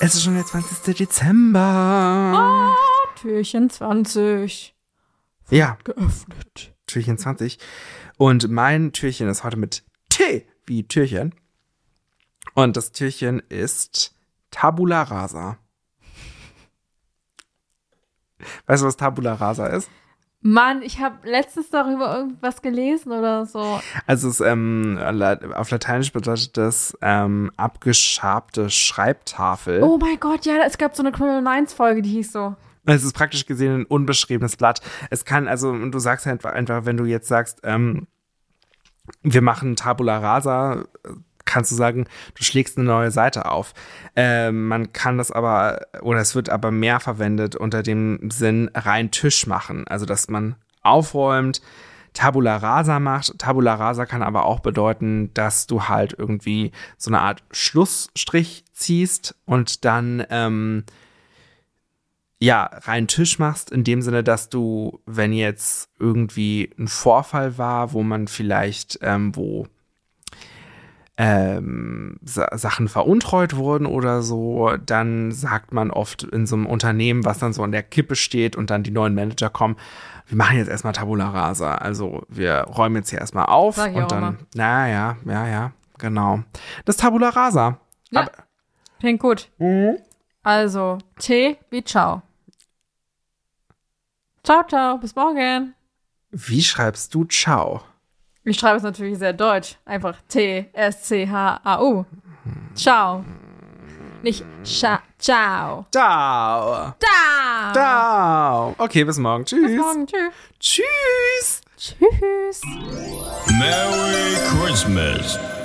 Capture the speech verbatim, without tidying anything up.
Es ist schon der zwanzigster Dezember. Ah, Türchen zwanzig. Ja. Geöffnet. Türchen zwanzig. Und mein Türchen ist heute mit T wie Türchen. Und das Türchen ist Tabula Rasa. Weißt du, was Tabula Rasa ist? Mann, ich habe letztens darüber irgendwas gelesen oder so. Also es, ähm, auf Lateinisch bedeutet das ähm, abgeschabte Schreibtafel. Oh mein Gott, ja, es gab so eine Criminal Minds Folge, die hieß so. Es ist praktisch gesehen ein unbeschriebenes Blatt. Es kann, also, und du sagst halt einfach, wenn du jetzt sagst, ähm, wir machen Tabula Rasa, kannst du sagen, du schlägst eine neue Seite auf. Ähm, man kann das aber, oder es wird aber mehr verwendet unter dem Sinn rein Tisch machen. Also, dass man aufräumt, Tabula Rasa macht. Tabula Rasa kann aber auch bedeuten, dass du halt irgendwie so eine Art Schlussstrich ziehst und dann, ähm, ja, rein Tisch machst, in dem Sinne, dass du, wenn jetzt irgendwie ein Vorfall war, wo man vielleicht, ähm, wo ähm, Sa- Sachen veruntreut wurden oder so, dann sagt man oft in so einem Unternehmen, was dann so an der Kippe steht und dann die neuen Manager kommen, wir machen jetzt erstmal Tabula Rasa, also wir räumen jetzt hier erstmal auf Sag ich und auch dann, immer. na ja, ja, ja, genau. Das Tabula Rasa. Ja, Aber, klingt gut. Mhm. Also, T wie Ciao. Ciao, ciao, bis morgen. Wie schreibst du Ciao? Ich schreibe es natürlich sehr deutsch. Einfach T S C H A U. Ciao. Nicht Scha Ciao. Ciao. Ciao. Ciao. Okay, bis morgen. Tschüss. Bis morgen. Tschüss. Tschüss. Tschüss. Merry Christmas.